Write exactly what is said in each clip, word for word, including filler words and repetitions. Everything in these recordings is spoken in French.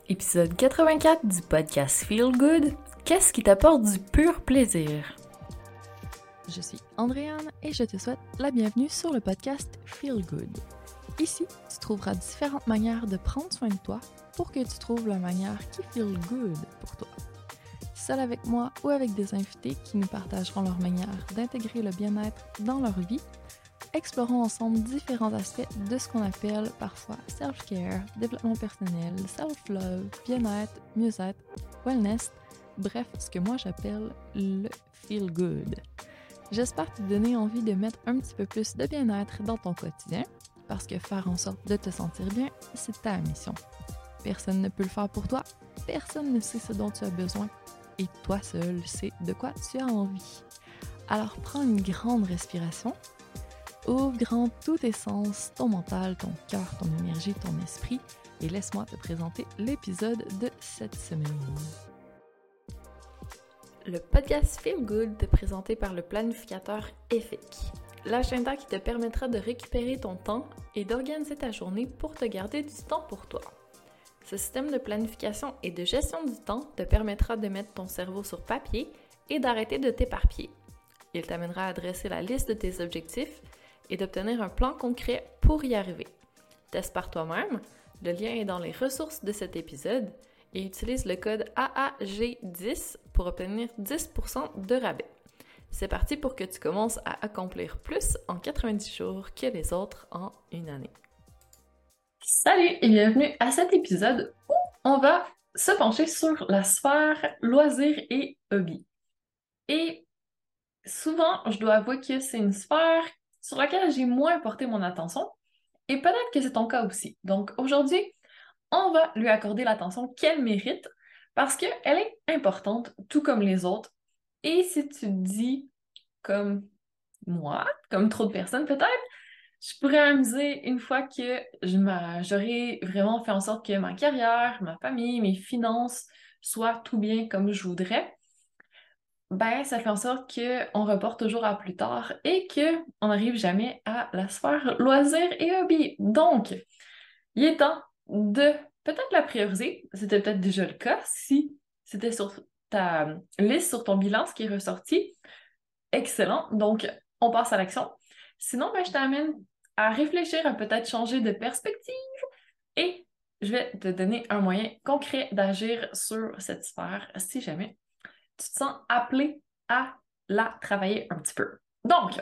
Épisode quatre-vingt-quatre du podcast Feel Good. Qu'est-ce qui t'apporte du pur plaisir? Je suis Andréane et je te souhaite la bienvenue sur le podcast Feel Good. Ici, tu trouveras différentes manières de prendre soin de toi pour que tu trouves la manière qui feel good pour toi. Seul avec moi ou avec des invités qui nous partageront leur manière d'intégrer le bien-être dans leur vie, explorons ensemble différents aspects de ce qu'on appelle parfois self-care, développement personnel, self-love, bien-être, mieux-être, wellness, bref, ce que moi j'appelle le feel good. J'espère te donner envie de mettre un petit peu plus de bien-être dans ton quotidien, parce que faire en sorte de te sentir bien, c'est ta mission. Personne ne peut le faire pour toi, personne ne sait ce dont tu as besoin, et toi seul sais de quoi tu as envie. Alors prends une grande respiration, ouvre grand tous tes sens, ton mental, ton cœur, ton énergie, ton esprit, et laisse-moi te présenter l'épisode de cette semaine. Le podcast Feel Good est présenté par le planificateur Effic, l'agenda qui te permettra de récupérer ton temps et d'organiser ta journée pour te garder du temps pour toi. Ce système de planification et de gestion du temps te permettra de mettre ton cerveau sur papier et d'arrêter de t'éparpiller. Il t'amènera à dresser la liste de tes objectifs et d'obtenir un plan concret pour y arriver. Teste par toi-même, le lien est dans les ressources de cet épisode et utilise le code A A G dix pour obtenir dix pour cent de rabais. C'est parti pour que tu commences à accomplir plus en quatre-vingt-dix jours que les autres en une année. Salut et bienvenue à cet épisode où on va se pencher sur la sphère loisirs et hobbies. Et souvent, je dois avouer que c'est une sphère sur laquelle j'ai moins porté mon attention et peut-être que c'est ton cas aussi. Donc aujourd'hui, on va lui accorder l'attention qu'elle mérite parce qu'elle est importante, tout comme les autres. Et si tu te dis comme moi, comme trop de personnes peut-être, je pourrais m'amuser une fois que je m'a- j'aurais vraiment fait en sorte que ma carrière, ma famille, mes finances soient tout bien comme je voudrais. Ben, ça fait en sorte qu'on reporte toujours à plus tard et qu'on n'arrive jamais à la sphère loisirs et hobbies. Donc, il est temps de peut-être la prioriser. C'était peut-être déjà le cas si c'était sur ta liste, sur ton bilan, ce qui est ressorti. Excellent. Donc, on passe à l'action. Sinon, ben, je t'amène à réfléchir, à peut-être changer de perspective et je vais te donner un moyen concret d'agir sur cette sphère si jamais tu te sens appelé à la travailler un petit peu. Donc,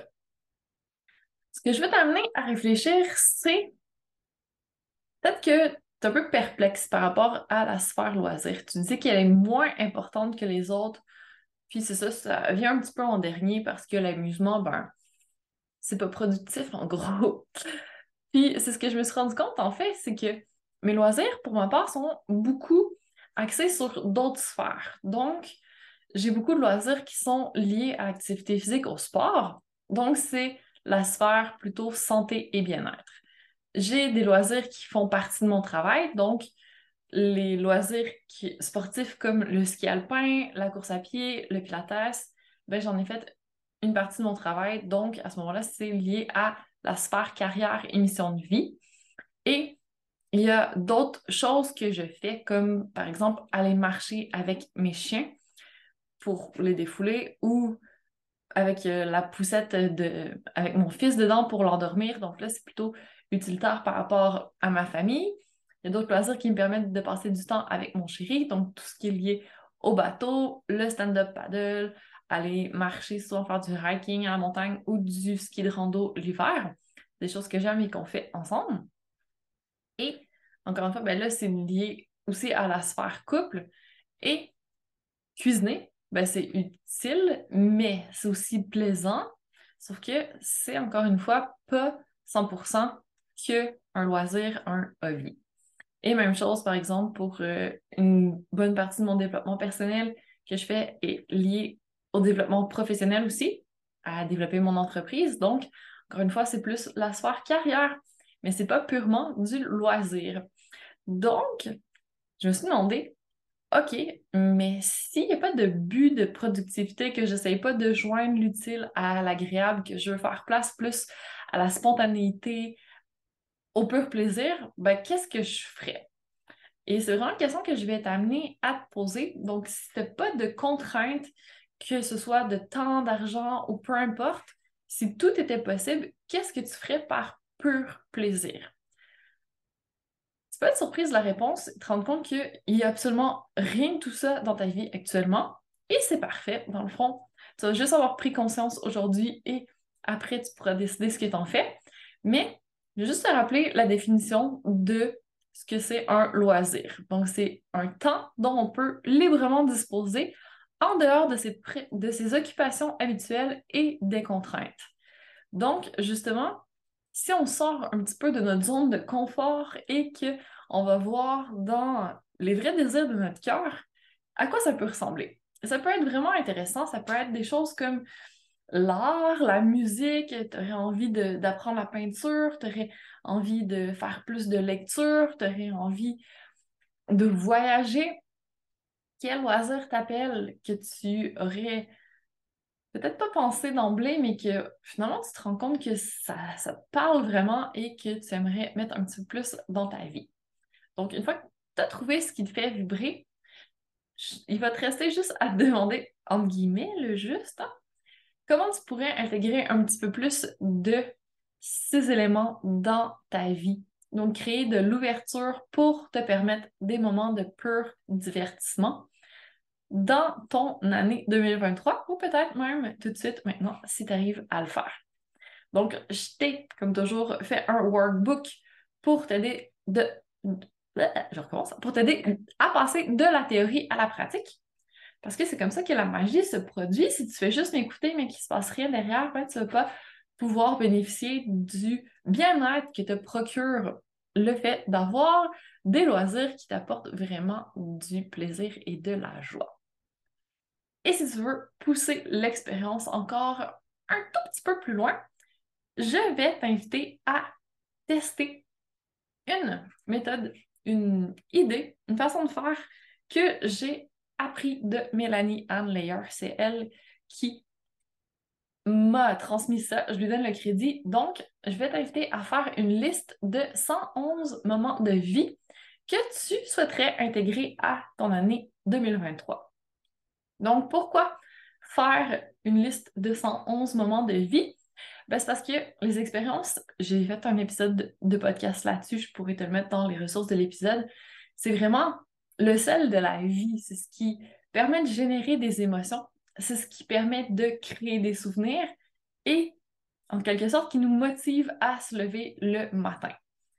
ce que je veux t'amener à réfléchir, c'est peut-être que tu es un peu perplexe par rapport à la sphère loisir. Tu dis qu'elle est moins importante que les autres, puis c'est ça, ça vient un petit peu en dernier parce que l'amusement, ben, c'est pas productif en gros. Puis c'est ce que je me suis rendu compte en fait, c'est que mes loisirs, pour ma part, sont beaucoup axés sur d'autres sphères. Donc, j'ai beaucoup de loisirs qui sont liés à l'activité physique, au sport. Donc, c'est la sphère plutôt santé et bien-être. J'ai des loisirs qui font partie de mon travail, donc les loisirs qui- sportifs comme le ski alpin, la course à pied, le pilates, ben j'en ai fait une partie de mon travail, donc à ce moment-là, c'est lié à la sphère carrière et mission de vie. Et il y a d'autres choses que je fais, comme par exemple aller marcher avec mes chiens pour les défouler ou avec euh, la poussette de, avec mon fils dedans pour l'endormir. Donc là, c'est plutôt utilitaire par rapport à ma famille. Il y a d'autres loisirs qui me permettent de passer du temps avec mon chéri, donc tout ce qui est lié au bateau, le stand-up paddle, aller marcher, souvent faire du hiking à la montagne ou du ski de rando l'hiver. Des choses que j'aime et qu'on fait ensemble. Et encore une fois, ben là, c'est lié aussi à la sphère couple. Et cuisiner, ben c'est utile, mais c'est aussi plaisant. Sauf que c'est encore une fois pas cent pour cent que un loisir, un hobby. Et même chose, par exemple, pour euh, une bonne partie de mon développement personnel que je fais est liée au développement professionnel aussi, à développer mon entreprise. Donc, encore une fois, c'est plus la sphère carrière, mais c'est pas purement du loisir. Donc, je me suis demandé, OK, mais s'il n'y a pas de but de productivité, que j'essaye pas de joindre l'utile à l'agréable, que je veux faire place plus à la spontanéité, au pur plaisir, ben qu'est-ce que je ferais? Et c'est vraiment une question que je vais t'amener à te poser. Donc, si tu n'as pas de contraintes, que ce soit de temps, d'argent ou peu importe, si tout était possible, qu'est-ce que tu ferais par pur plaisir? Tu peux être surprise de la réponse et te rendre compte qu'il n'y a absolument rien de tout ça dans ta vie actuellement. Et c'est parfait, dans le fond. Tu vas juste avoir pris conscience aujourd'hui et après, tu pourras décider ce que tu en fais. Mais je vais juste te rappeler la définition de ce que c'est un loisir. Donc, c'est un temps dont on peut librement disposer en dehors de ses, pré- de ses occupations habituelles et des contraintes. Donc, justement, si on sort un petit peu de notre zone de confort et qu'on va voir dans les vrais désirs de notre cœur, à quoi ça peut ressembler? Ça peut être vraiment intéressant, ça peut être des choses comme l'art, la musique, tu aurais envie de- d'apprendre la peinture, tu aurais envie de faire plus de lecture, tu aurais envie de voyager. Quel loisir t'appelle que tu aurais peut-être pas pensé d'emblée, mais que finalement tu te rends compte que ça, ça te parle vraiment et que tu aimerais mettre un petit peu plus dans ta vie. Donc, une fois que tu as trouvé ce qui te fait vibrer, il va te rester juste à te demander, entre guillemets, le juste, hein, comment tu pourrais intégrer un petit peu plus de ces éléments dans ta vie. Donc, créer de l'ouverture pour te permettre des moments de pur divertissement dans ton année deux mille vingt-trois ou peut-être même tout de suite maintenant si tu arrives à le faire. Donc, je t'ai, comme toujours, fait un workbook pour t'aider de, de- je recommence, pour t'aider à passer de la théorie à la pratique. Parce que c'est comme ça que la magie se produit. Si tu fais juste m'écouter mais qu'il ne se passe rien derrière, ben, tu ne vas pas pouvoir bénéficier du bien-être que te procure le fait d'avoir des loisirs qui t'apportent vraiment du plaisir et de la joie. Et si tu veux pousser l'expérience encore un tout petit peu plus loin, je vais t'inviter à tester une méthode, une idée, une façon de faire que j'ai appris de Mélanie Ann Layer. C'est elle qui m'a transmis ça. Je lui donne le crédit. Donc, je vais t'inviter à faire une liste de cent onze moments de vie que tu souhaiterais intégrer à ton année deux mille vingt-trois. Donc, pourquoi faire une liste de cent onze moments de vie? Ben, c'est parce que les expériences, j'ai fait un épisode de podcast là-dessus, je pourrais te le mettre dans les ressources de l'épisode. C'est vraiment le sel de la vie. C'est ce qui permet de générer des émotions. C'est ce qui permet de créer des souvenirs et, en quelque sorte, qui nous motive à se lever le matin.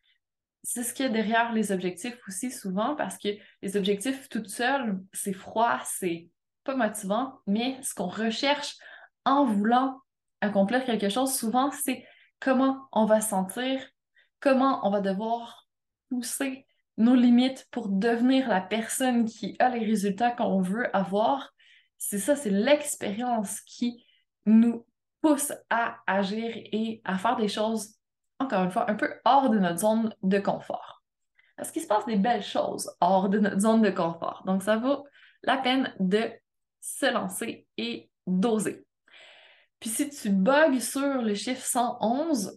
C'est ce qu'il y a derrière les objectifs aussi souvent parce que les objectifs toutes seules, c'est froid, c'est pas motivant, mais ce qu'on recherche en voulant accomplir quelque chose, souvent, c'est comment on va se sentir, comment on va devoir pousser nos limites pour devenir la personne qui a les résultats qu'on veut avoir. C'est ça, c'est l'expérience qui nous pousse à agir et à faire des choses, encore une fois, un peu hors de notre zone de confort. Parce qu'il se passe des belles choses hors de notre zone de confort. Donc, ça vaut la peine de se lancer et d'oser. Puis si tu bugs sur le chiffre cent onze,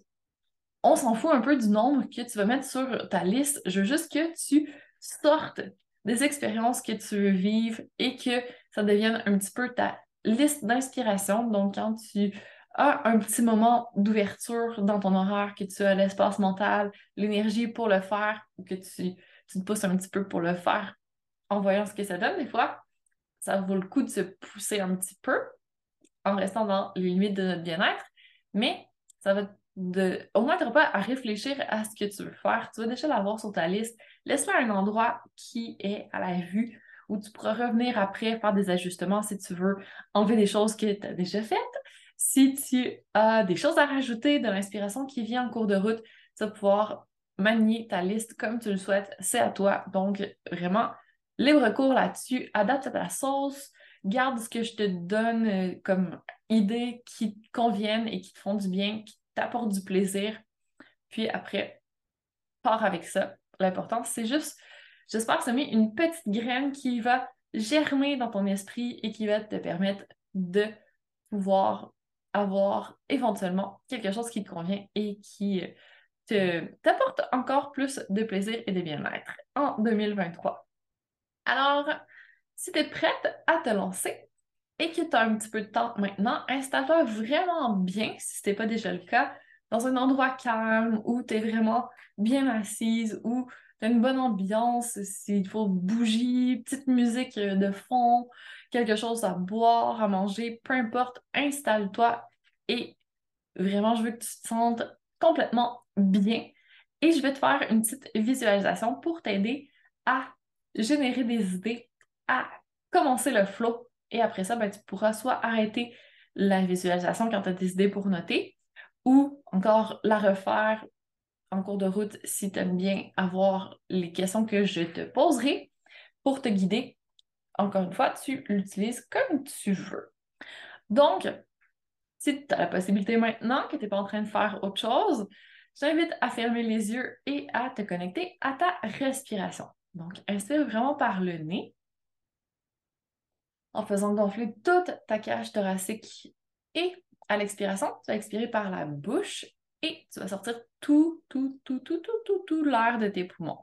on s'en fout un peu du nombre que tu vas mettre sur ta liste. Je veux juste que tu sortes des expériences que tu veux vivre et que ça devienne un petit peu ta liste d'inspiration. Donc, quand tu as un petit moment d'ouverture dans ton horaire, que tu as l'espace mental, l'énergie pour le faire, ou que tu, tu te pousses un petit peu pour le faire en voyant ce que ça donne, des fois, ça vaut le coup de se pousser un petit peu en restant dans les limites de notre bien-être, mais ça va de... au moins, tu n'auras pas à réfléchir à ce que tu veux faire. Tu vas déjà l'avoir sur ta liste. Laisse-le à un endroit qui est à la vue où tu pourras revenir après, faire des ajustements si tu veux enlever des choses que tu as déjà faites. Si tu as des choses à rajouter, de l'inspiration qui vient en cours de route, tu vas pouvoir manier ta liste comme tu le souhaites. C'est à toi. Donc, vraiment, libre cours là-dessus. Adapte à ta sauce. Garde ce que je te donne euh, comme idées qui te conviennent et qui te font du bien, qui t'apportent du plaisir. Puis après, pars avec ça. L'important, c'est juste, j'espère, semer une petite graine qui va germer dans ton esprit et qui va te permettre de pouvoir avoir éventuellement quelque chose qui te convient et qui te, t'apporte encore plus de plaisir et de bien-être en deux mille vingt-trois. Alors, si tu es prête à te lancer et que tu as un petit peu de temps maintenant, installe-toi vraiment bien, si ce n'est pas déjà le cas, dans un endroit calme où tu es vraiment bien assise, où tu as une bonne ambiance, s'il faut bougie, petite musique de fond, quelque chose à boire, à manger, peu importe, installe-toi et vraiment, je veux que tu te sentes complètement bien. Et je vais te faire une petite visualisation pour t'aider à générer des idées, à commencer le flow. Et après ça, ben, tu pourras soit arrêter la visualisation quand tu as des idées pour noter, ou encore la refaire en cours de route si tu aimes bien avoir les questions que je te poserai pour te guider. Encore une fois, tu l'utilises comme tu veux. Donc, si tu as la possibilité maintenant que tu n'es pas en train de faire autre chose, je t'invite à fermer les yeux et à te connecter à ta respiration. Donc, inspire vraiment par le nez en faisant gonfler toute ta cage thoracique. Et à l'expiration, tu vas expirer par la bouche et tu vas sortir tout, tout, tout, tout, tout, tout, tout l'air de tes poumons.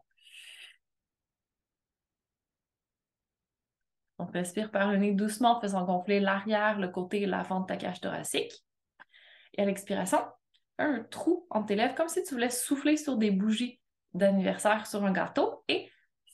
Donc, respire par le nez doucement en faisant gonfler l'arrière, le côté et l'avant de ta cage thoracique. Et à l'expiration, un trou entre tes lèvres, comme si tu voulais souffler sur des bougies d'anniversaire sur un gâteau. Et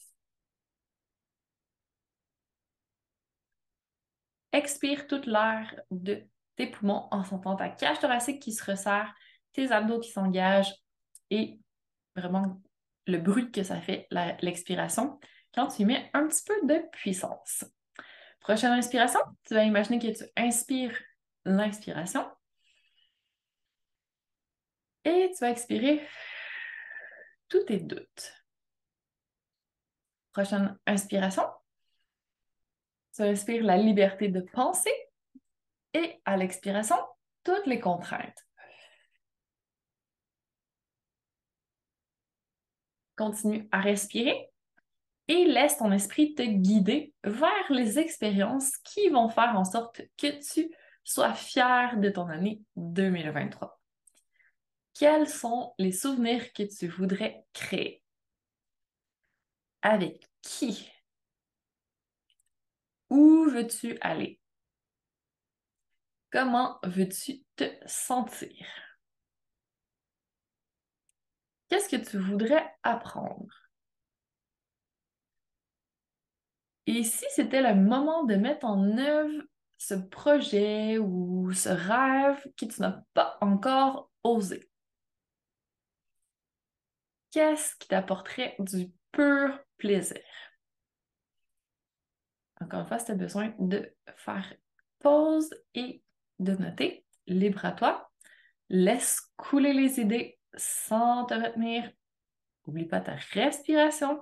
expire toute l'air de tes poumons en sentant ta cage thoracique qui se resserre, tes abdos qui s'engagent et vraiment le bruit que ça fait, l'expiration, quand tu y mets un petit peu de puissance. Prochaine inspiration, tu vas imaginer que tu inspires l'inspiration et tu vas expirer tous tes doutes. Prochaine inspiration, tu inspires la liberté de penser et à l'expiration, toutes les contraintes. Continue à respirer et laisse ton esprit te guider vers les expériences qui vont faire en sorte que tu sois fier de ton année deux mille vingt-trois. Quels sont les souvenirs que tu voudrais créer? Avec qui? Où veux-tu aller? Comment veux-tu te sentir? Qu'est-ce que tu voudrais apprendre? Et si c'était le moment de mettre en œuvre ce projet ou ce rêve que tu n'as pas encore osé? Qu'est-ce qui t'apporterait du pur plaisir? Encore une fois, si tu as besoin de faire pause et de noter, libre à toi. Laisse couler les idées sans te retenir. N'oublie pas ta respiration.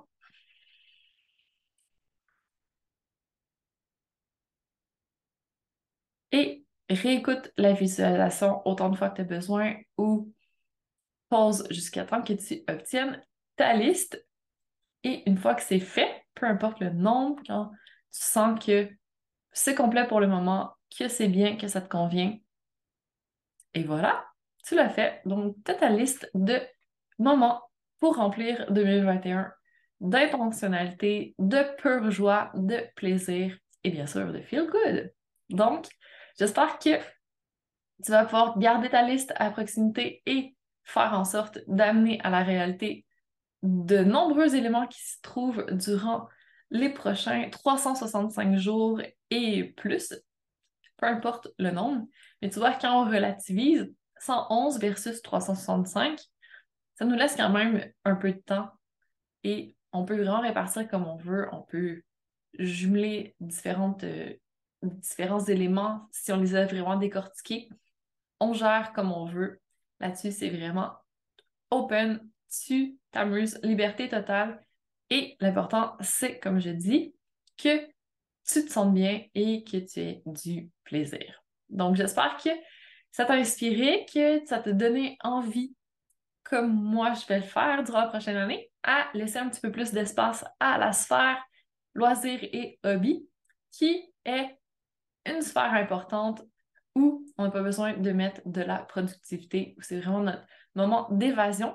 Et réécoute la visualisation autant de fois que tu as besoin ou pause jusqu'à temps que tu obtiennes ta liste. Et une fois que c'est fait, peu importe le nombre, quand tu sens que c'est complet pour le moment, que c'est bien, que ça te convient, et voilà, tu l'as fait. Donc, tu as ta liste de moments pour remplir deux mille vingt et un d'intentionnalité, de pure joie, de plaisir et bien sûr de feel good. Donc, j'espère que tu vas pouvoir garder ta liste à proximité et faire en sorte d'amener à la réalité de nombreux éléments qui se trouvent durant les prochains trois cent soixante-cinq jours et plus, peu importe le nombre. Mais tu vois, quand on relativise, cent onze versus trois cent soixante-cinq, ça nous laisse quand même un peu de temps et on peut vraiment répartir comme on veut. On peut jumeler différentes, euh, différents éléments si on les a vraiment décortiqués. On gère comme on veut. Là-dessus, c'est vraiment open, tu t'amuses, liberté totale. Et l'important, c'est, comme je dis, que tu te sentes bien et que tu aies du plaisir. Donc, j'espère que ça t'a inspiré, que ça t'a donné envie, comme moi je vais le faire durant la prochaine année, à laisser un petit peu plus d'espace à la sphère loisirs et hobby, qui est une sphère importante où on n'a pas besoin de mettre de la productivité, où c'est vraiment notre moment d'évasion.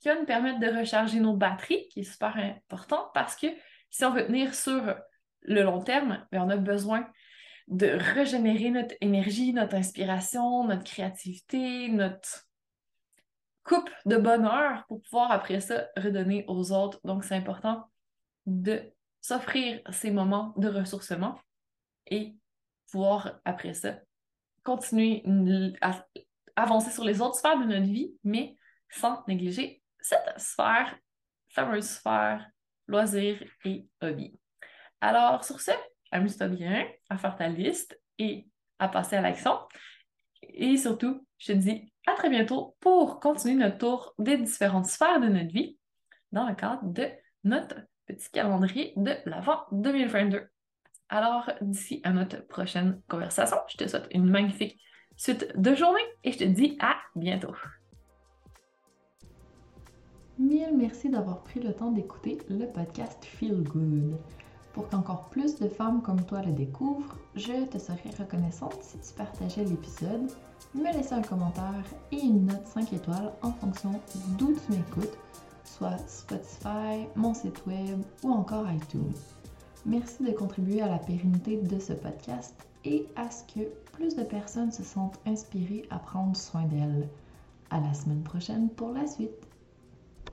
qui va nous permettre de recharger nos batteries, qui est super important parce que si on veut tenir sur le long terme, bien, on a besoin de régénérer notre énergie, notre inspiration, notre créativité, notre coupe de bonheur pour pouvoir après ça redonner aux autres. Donc, c'est important de s'offrir ces moments de ressourcement et pouvoir après ça continuer à avancer sur les autres sphères de notre vie, mais sans négliger cette sphère, fameuse sphère loisirs et hobby. Alors, sur ce, amuse-toi bien à faire ta liste et à passer à l'action. Et surtout, je te dis à très bientôt pour continuer notre tour des différentes sphères de notre vie dans le cadre de notre petit calendrier de l'Avent deux mille vingt-deux. Alors, d'ici à notre prochaine conversation, je te souhaite une magnifique suite de journée et je te dis à bientôt. Mille merci d'avoir pris le temps d'écouter le podcast Feel Good. Pour qu'encore plus de femmes comme toi le découvrent, je te serais reconnaissante si tu partageais l'épisode, me laissais un commentaire et une note cinq étoiles en fonction d'où tu m'écoutes, soit Spotify, mon site web ou encore iTunes. Merci de contribuer à la pérennité de ce podcast et à ce que plus de personnes se sentent inspirées à prendre soin d'elles. À la semaine prochaine pour la suite!